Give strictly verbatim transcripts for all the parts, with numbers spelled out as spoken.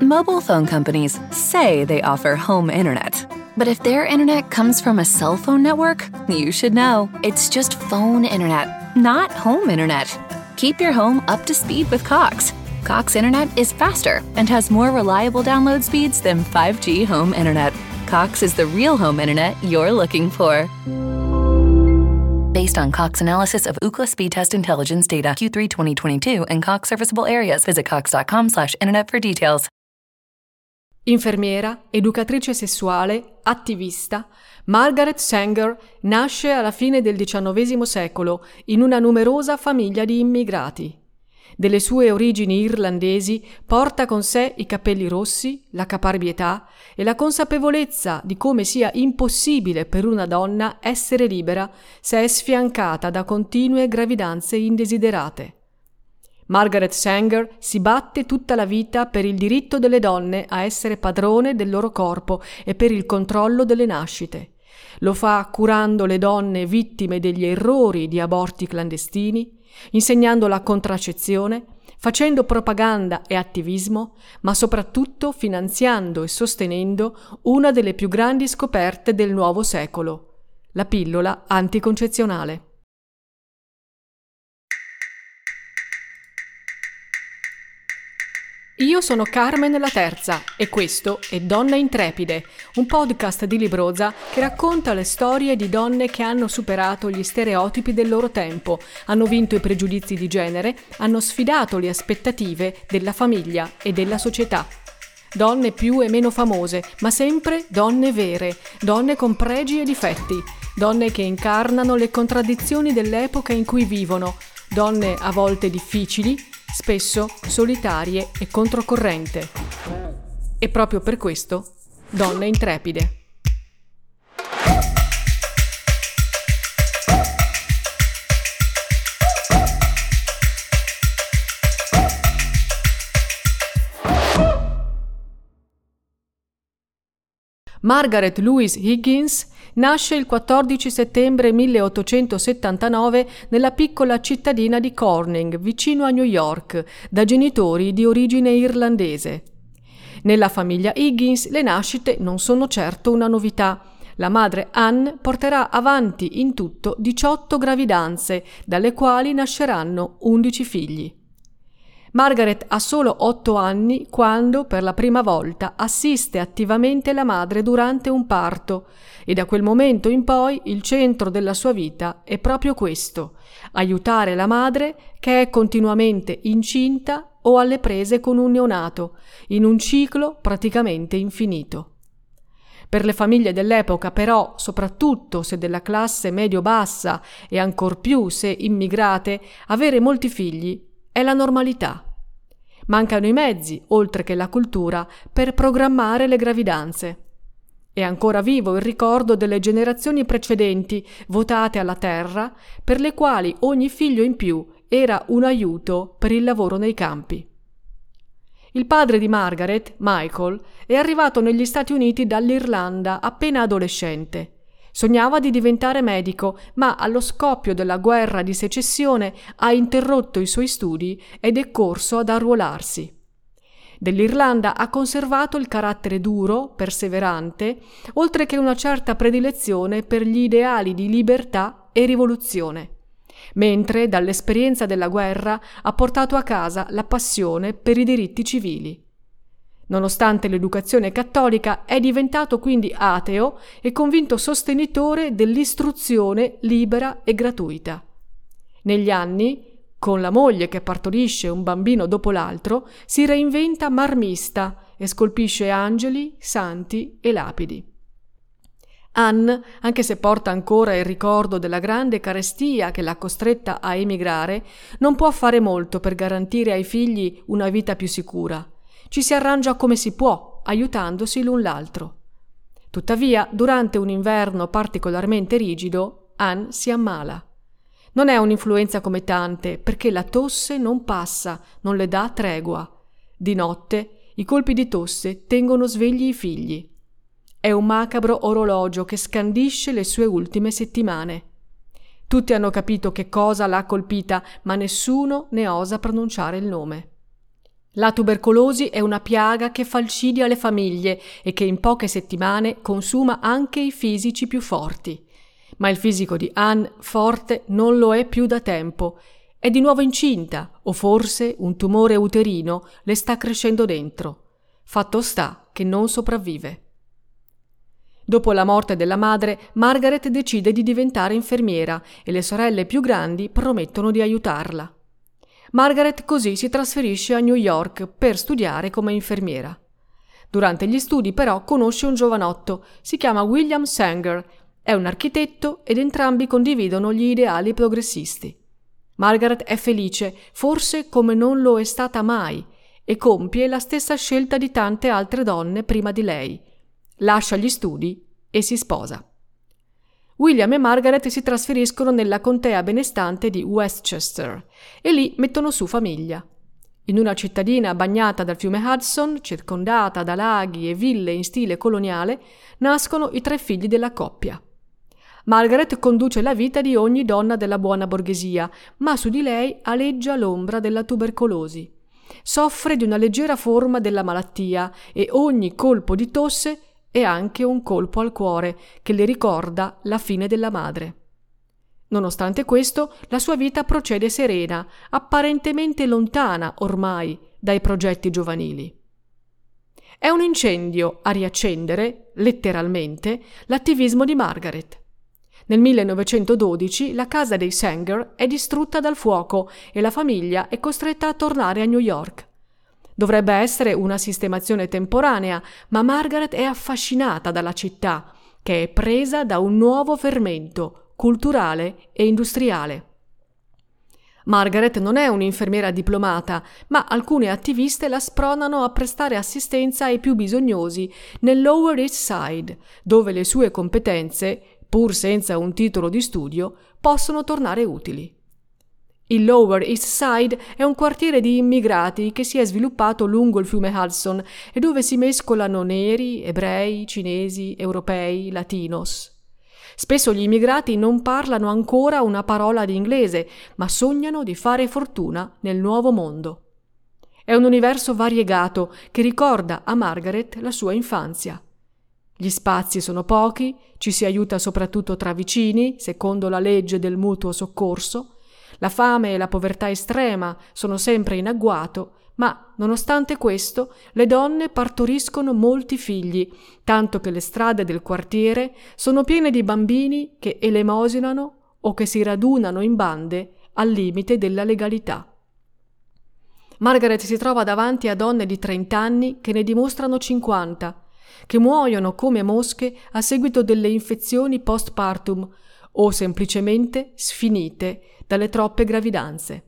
Mobile phone companies say they offer home internet. But if their internet comes from a cell phone network, you should know. It's just phone internet, not home internet. Keep your home up to speed with Cox. Cox Internet is faster and has more reliable download speeds than five G home internet. Cox is the real home internet you're looking for. Based on Cox analysis of Ookla speed test intelligence data Q three twenty twenty-two and Cox serviceable areas. Visit cox.com slash internet for details. Infermiera, educatrice sessuale, attivista, Margaret Sanger nasce alla fine del diciannovesimo secolo in una numerosa famiglia di immigrati. Delle sue origini irlandesi porta con sé i capelli rossi, la caparbietà e la consapevolezza di come sia impossibile per una donna essere libera se è sfiancata da continue gravidanze indesiderate. Margaret Sanger si batte tutta la vita per il diritto delle donne a essere padrone del loro corpo e per il controllo delle nascite. Lo fa curando le donne vittime degli errori di aborti clandestini, insegnando la contraccezione, facendo propaganda e attivismo, ma soprattutto finanziando e sostenendo una delle più grandi scoperte del nuovo secolo, la pillola anticoncezionale. Io sono Carmen la Terza e questo è Donne Intrepide, un podcast di Libroza che racconta le storie di donne che hanno superato gli stereotipi del loro tempo, hanno vinto i pregiudizi di genere, hanno sfidato le aspettative della famiglia e della società. Donne più e meno famose, ma sempre donne vere, donne con pregi e difetti, donne che incarnano le contraddizioni dell'epoca in cui vivono, donne a volte difficili, spesso solitarie e controcorrente. E proprio per questo, Donne Intrepide. Margaret Louise Higgins nasce il quattordici settembre milleottocentosettantanove nella piccola cittadina di Corning, vicino a New York, da genitori di origine irlandese. Nella famiglia Higgins le nascite non sono certo una novità. La madre Anne porterà avanti in tutto diciotto gravidanze, dalle quali nasceranno undici figli. Margaret ha solo otto anni quando, per la prima volta, assiste attivamente la madre durante un parto e da quel momento in poi il centro della sua vita è proprio questo: aiutare la madre che è continuamente incinta o alle prese con un neonato, in un ciclo praticamente infinito. Per le famiglie dell'epoca, però, soprattutto se della classe medio-bassa e ancor più se immigrate, avere molti figli è la normalità. Mancano i mezzi, oltre che la cultura, per programmare le gravidanze. È ancora vivo il ricordo delle generazioni precedenti votate alla terra, per le quali ogni figlio in più era un aiuto per il lavoro nei campi. Il padre di Margaret, Michael, è arrivato negli Stati Uniti dall'Irlanda appena adolescente. Sognava di diventare medico, ma allo scoppio della guerra di secessione ha interrotto i suoi studi ed è corso ad arruolarsi. Dell'Irlanda ha conservato il carattere duro, perseverante, oltre che una certa predilezione per gli ideali di libertà e rivoluzione, mentre dall'esperienza della guerra ha portato a casa la passione per i diritti civili. Nonostante l'educazione cattolica, è diventato quindi ateo e convinto sostenitore dell'istruzione libera e gratuita. Negli anni, con la moglie che partorisce un bambino dopo l'altro, si reinventa marmista e scolpisce angeli, santi e lapidi. Anne, anche se porta ancora il ricordo della grande carestia che l'ha costretta a emigrare, non può fare molto per garantire ai figli una vita più sicura. Ci si arrangia come si può, aiutandosi l'un l'altro. Tuttavia, durante un inverno particolarmente rigido, Anne si ammala. Non è un'influenza come tante, perché la tosse non passa, non le dà tregua. Di notte, i colpi di tosse tengono svegli i figli. È un macabro orologio che scandisce le sue ultime settimane. Tutti hanno capito che cosa l'ha colpita, ma nessuno ne osa pronunciare il nome. La tubercolosi è una piaga che falcidia le famiglie e che in poche settimane consuma anche i fisici più forti. Ma il fisico di Anne forte non lo è più da tempo. È di nuovo incinta, o forse un tumore uterino le sta crescendo dentro. Fatto sta che non sopravvive. Dopo la morte della madre, Margaret decide di diventare infermiera e le sorelle più grandi promettono di aiutarla. Margaret così si trasferisce a New York per studiare come infermiera. Durante gli studi però conosce un giovanotto, si chiama William Sanger, è un architetto ed entrambi condividono gli ideali progressisti. Margaret è felice, forse come non lo è stata mai, e compie la stessa scelta di tante altre donne prima di lei. Lascia gli studi e si sposa. William e Margaret si trasferiscono nella contea benestante di Westchester e lì mettono su famiglia. In una cittadina bagnata dal fiume Hudson, circondata da laghi e ville in stile coloniale, nascono i tre figli della coppia. Margaret conduce la vita di ogni donna della buona borghesia, ma su di lei aleggia l'ombra della tubercolosi. Soffre di una leggera forma della malattia e ogni colpo di tosse è anche un colpo al cuore che le ricorda la fine della madre. Nonostante questo, la sua vita procede serena, apparentemente lontana ormai dai progetti giovanili. È un incendio a riaccendere, letteralmente, l'attivismo di Margaret. Nel millenovecentododici la casa dei Sanger è distrutta dal fuoco e la famiglia è costretta a tornare a New York. Dovrebbe essere una sistemazione temporanea, ma Margaret è affascinata dalla città, che è presa da un nuovo fermento culturale e industriale. Margaret non è un'infermiera diplomata, ma alcune attiviste la spronano a prestare assistenza ai più bisognosi nel Lower East Side, dove le sue competenze, pur senza un titolo di studio, possono tornare utili. Il Lower East Side è un quartiere di immigrati che si è sviluppato lungo il fiume Hudson e dove si mescolano neri, ebrei, cinesi, europei, latinos. Spesso gli immigrati non parlano ancora una parola di inglese, ma sognano di fare fortuna nel nuovo mondo. È un universo variegato che ricorda a Margaret la sua infanzia. Gli spazi sono pochi, ci si aiuta soprattutto tra vicini, secondo la legge del mutuo soccorso. La fame e la povertà estrema sono sempre in agguato, ma, nonostante questo, le donne partoriscono molti figli, tanto che le strade del quartiere sono piene di bambini che elemosinano o che si radunano in bande al limite della legalità. Margaret si trova davanti a donne di trenta anni che ne dimostrano cinquanta, che muoiono come mosche a seguito delle infezioni postpartum o semplicemente sfinite dalle troppe gravidanze.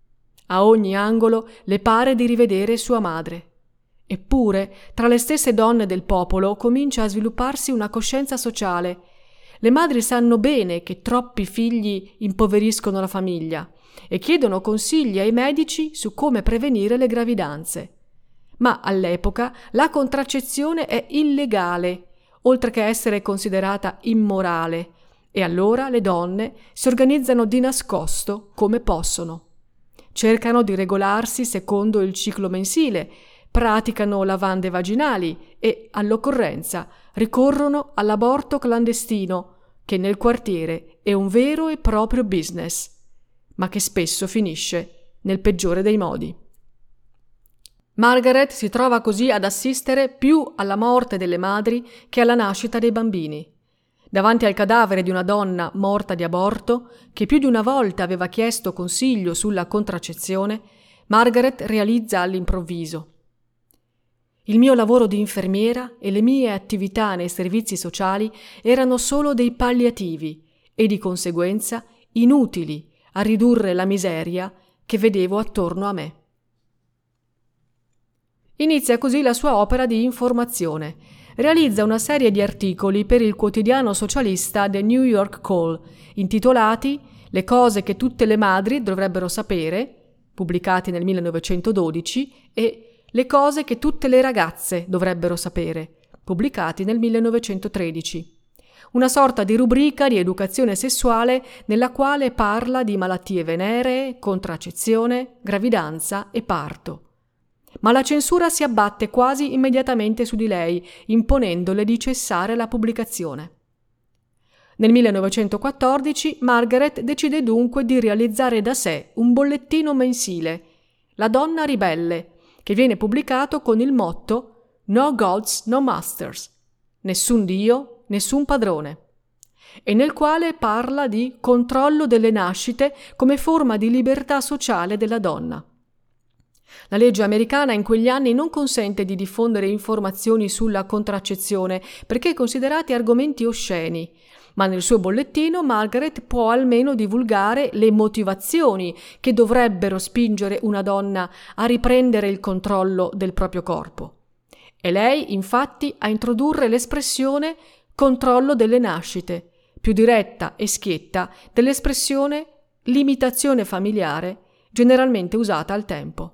A ogni angolo le pare di rivedere sua madre. Eppure, tra le stesse donne del popolo comincia a svilupparsi una coscienza sociale. Le madri sanno bene che troppi figli impoveriscono la famiglia e chiedono consigli ai medici su come prevenire le gravidanze. Ma all'epoca la contraccezione è illegale, oltre che essere considerata immorale, e allora le donne si organizzano di nascosto come possono. Cercano di regolarsi secondo il ciclo mensile, praticano lavande vaginali e, all'occorrenza, ricorrono all'aborto clandestino, che nel quartiere è un vero e proprio business, ma che spesso finisce nel peggiore dei modi. Margaret si trova così ad assistere più alla morte delle madri che alla nascita dei bambini. Davanti al cadavere di una donna morta di aborto, che più di una volta aveva chiesto consiglio sulla contraccezione, Margaret realizza all'improvviso: il mio lavoro di infermiera e le mie attività nei servizi sociali erano solo dei palliativi e di conseguenza inutili a ridurre la miseria che vedevo attorno a me. Inizia così la sua opera di informazione. Realizza una serie di articoli per il quotidiano socialista The New York Call, intitolati Le cose che tutte le madri dovrebbero sapere, pubblicati nel millenovecentododici, e Le cose che tutte le ragazze dovrebbero sapere, pubblicati nel millenovecentotredici. Una sorta di rubrica di educazione sessuale nella quale parla di malattie veneree, contraccezione, gravidanza e parto. Ma la censura si abbatte quasi immediatamente su di lei, imponendole di cessare la pubblicazione. Nel millenovecentoquattordici Margaret decide dunque di realizzare da sé un bollettino mensile, La donna ribelle, che viene pubblicato con il motto No Gods, No Masters, nessun Dio, nessun padrone, e nel quale parla di controllo delle nascite come forma di libertà sociale della donna. La legge americana in quegli anni non consente di diffondere informazioni sulla contraccezione perché considerati argomenti osceni, ma nel suo bollettino Margaret può almeno divulgare le motivazioni che dovrebbero spingere una donna a riprendere il controllo del proprio corpo. È lei, infatti, a introdurre l'espressione controllo delle nascite, più diretta e schietta dell'espressione limitazione familiare, generalmente usata al tempo.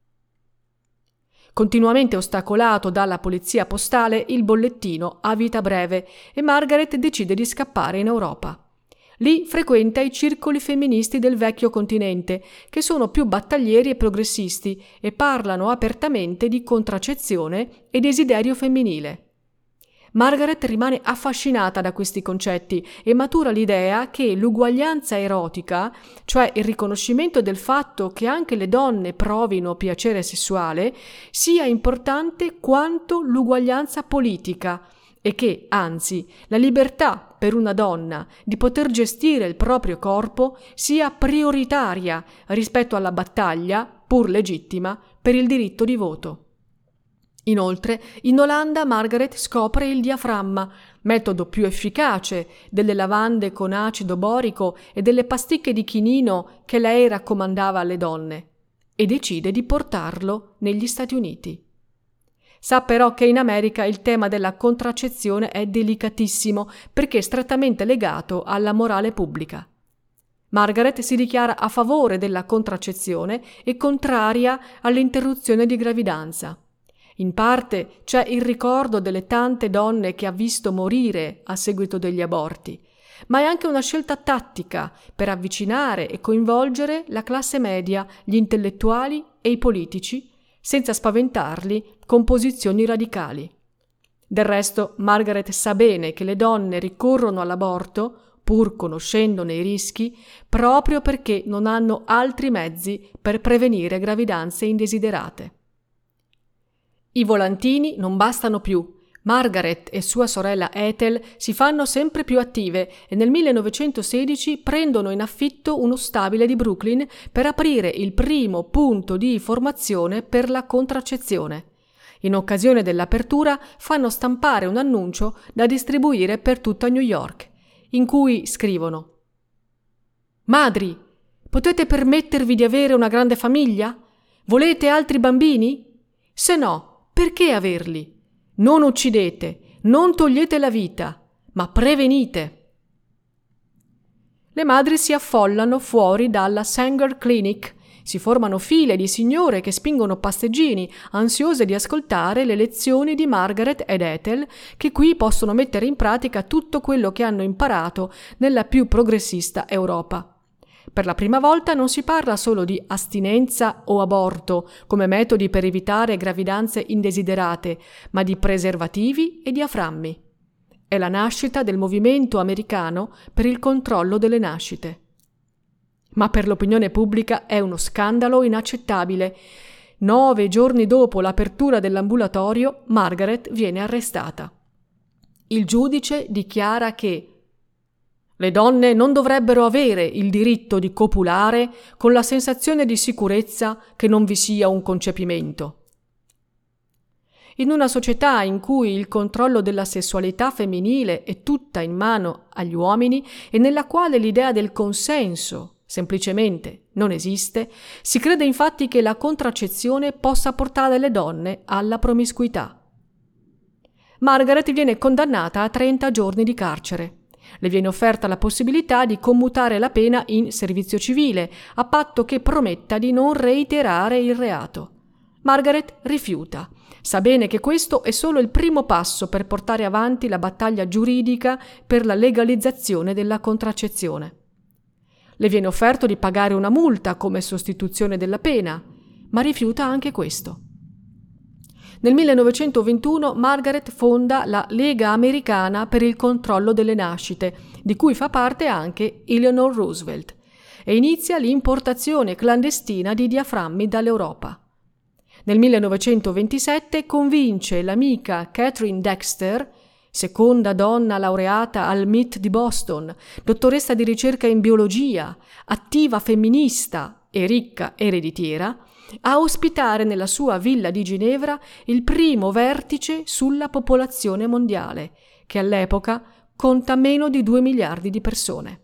Continuamente ostacolato dalla polizia postale, il bollettino ha vita breve e Margaret decide di scappare in Europa. Lì frequenta i circoli femministi del vecchio continente, che sono più battaglieri e progressisti e parlano apertamente di contraccezione e desiderio femminile. Margaret rimane affascinata da questi concetti e matura l'idea che l'uguaglianza erotica, cioè il riconoscimento del fatto che anche le donne provino piacere sessuale, sia importante quanto l'uguaglianza politica e che, anzi, la libertà per una donna di poter gestire il proprio corpo sia prioritaria rispetto alla battaglia, pur legittima, per il diritto di voto. Inoltre, in Olanda Margaret scopre il diaframma, metodo più efficace delle lavande con acido borico e delle pasticche di chinino che lei raccomandava alle donne, e decide di portarlo negli Stati Uniti. Sa però che in America il tema della contraccezione è delicatissimo perché strettamente legato alla morale pubblica. Margaret si dichiara a favore della contraccezione e contraria all'interruzione di gravidanza. In parte c'è il ricordo delle tante donne che ha visto morire a seguito degli aborti, ma è anche una scelta tattica per avvicinare e coinvolgere la classe media, gli intellettuali e i politici, senza spaventarli con posizioni radicali. Del resto, Margaret sa bene che le donne ricorrono all'aborto, pur conoscendone i rischi, proprio perché non hanno altri mezzi per prevenire gravidanze indesiderate. I volantini non bastano più. Margaret e sua sorella Ethel si fanno sempre più attive e nel millenovecentosedici prendono in affitto uno stabile di Brooklyn per aprire il primo punto di formazione per la contraccezione. In occasione dell'apertura fanno stampare un annuncio da distribuire per tutta New York, in cui scrivono: «Madri, potete permettervi di avere una grande famiglia? Volete altri bambini? Se no, perché averli? Non uccidete, non togliete la vita, ma prevenite». Le madri si affollano fuori dalla Sanger Clinic, si formano file di signore che spingono passeggini, ansiose di ascoltare le lezioni di Margaret ed Ethel, che qui possono mettere in pratica tutto quello che hanno imparato nella più progressista Europa. Per la prima volta non si parla solo di astinenza o aborto come metodi per evitare gravidanze indesiderate, ma di preservativi e diaframmi. È la nascita del movimento americano per il controllo delle nascite. Ma per l'opinione pubblica è uno scandalo inaccettabile. Nove giorni dopo l'apertura dell'ambulatorio, Margaret viene arrestata. Il giudice dichiara che le donne non dovrebbero avere il diritto di copulare con la sensazione di sicurezza che non vi sia un concepimento. In una società in cui il controllo della sessualità femminile è tutta in mano agli uomini e nella quale l'idea del consenso semplicemente non esiste, si crede infatti che la contraccezione possa portare le donne alla promiscuità. Margaret viene condannata a trenta giorni di carcere. Le viene offerta la possibilità di commutare la pena in servizio civile, a patto che prometta di non reiterare il reato. Margaret rifiuta. Sa bene che questo è solo il primo passo per portare avanti la battaglia giuridica per la legalizzazione della contraccezione. Le viene offerto di pagare una multa come sostituzione della pena, ma rifiuta anche questo. Nel millenovecentoventuno Margaret fonda la Lega Americana per il controllo delle nascite, di cui fa parte anche Eleanor Roosevelt, e inizia l'importazione clandestina di diaframmi dall'Europa. Nel millenovecentoventisette convince l'amica Catherine Dexter, seconda donna laureata al M I T di Boston, dottoressa di ricerca in biologia, attiva femminista e ricca ereditiera, a ospitare nella sua villa di Ginevra il primo vertice sulla popolazione mondiale, che all'epoca conta meno di due miliardi di persone.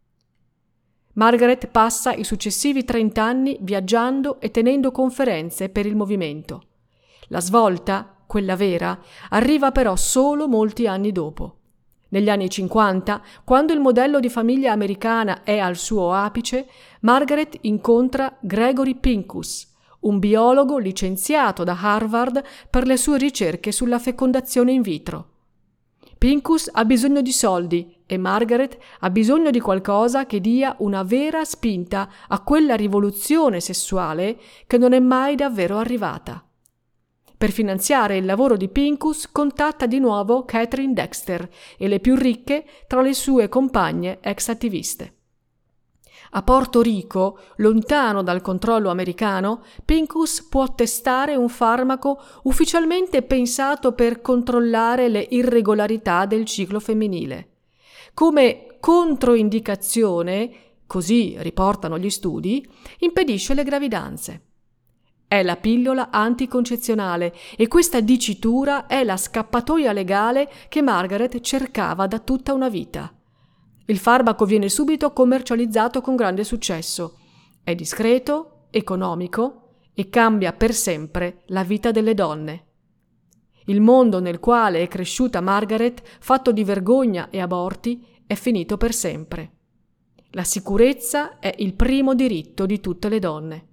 Margaret passa i successivi trent'anni viaggiando e tenendo conferenze per il movimento. La svolta, quella vera, arriva però solo molti anni dopo. Negli anni cinquanta, quando il modello di famiglia americana è al suo apice, Margaret incontra Gregory Pincus, un biologo licenziato da Harvard per le sue ricerche sulla fecondazione in vitro. Pincus ha bisogno di soldi e Margaret ha bisogno di qualcosa che dia una vera spinta a quella rivoluzione sessuale che non è mai davvero arrivata. Per finanziare il lavoro di Pincus contatta di nuovo Catherine Dexter e le più ricche tra le sue compagne ex attiviste. A Porto Rico, lontano dal controllo americano, Pincus può testare un farmaco ufficialmente pensato per controllare le irregolarità del ciclo femminile. Come controindicazione, così riportano gli studi, impedisce le gravidanze. È la pillola anticoncezionale e questa dicitura è la scappatoia legale che Margaret cercava da tutta una vita. Il farmaco viene subito commercializzato con grande successo. È discreto, economico e cambia per sempre la vita delle donne. Il mondo nel quale è cresciuta Margaret, fatto di vergogna e aborti, è finito per sempre. La sicurezza è il primo diritto di tutte le donne.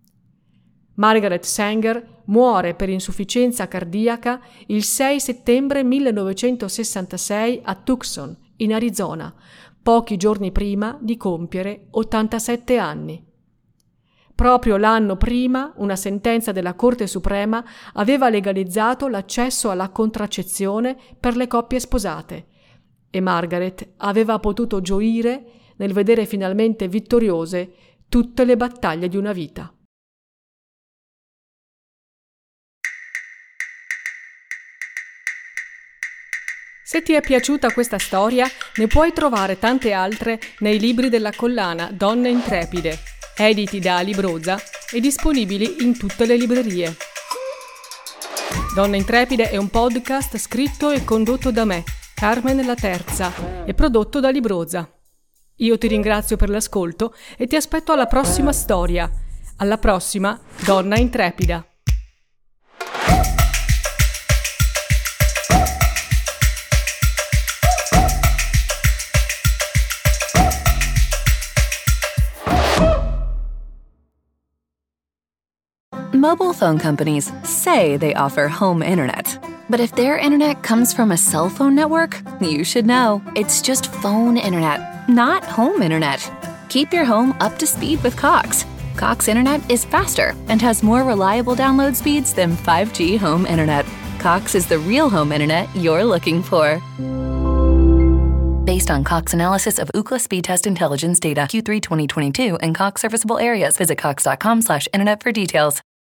Margaret Sanger muore per insufficienza cardiaca il sei settembre millenovecentosessantasei a Tucson, in Arizona, pochi giorni prima di compiere ottantasette anni. Proprio l'anno prima, una sentenza della Corte Suprema aveva legalizzato l'accesso alla contraccezione per le coppie sposate e Margaret aveva potuto gioire nel vedere finalmente vittoriose tutte le battaglie di una vita. Se ti è piaciuta questa storia, ne puoi trovare tante altre nei libri della collana Donne Intrepide, editi da Libroza e disponibili in tutte le librerie. Donne Intrepide è un podcast scritto e condotto da me, Carmen La Terza, e prodotto da Libroza. Io ti ringrazio per l'ascolto e ti aspetto alla prossima storia. Alla prossima, Donna Intrepida. Mobile phone companies say they offer home internet. But if their internet comes from a cell phone network, you should know. It's just phone internet, not home internet. Keep your home up to speed with Cox. Cox internet is faster and has more reliable download speeds than five G home internet. Cox is the real home internet you're looking for. Based on Cox analysis of Ookla speed test intelligence data Q three twenty twenty-two and Cox serviceable areas, visit cox dot com slash internet for details.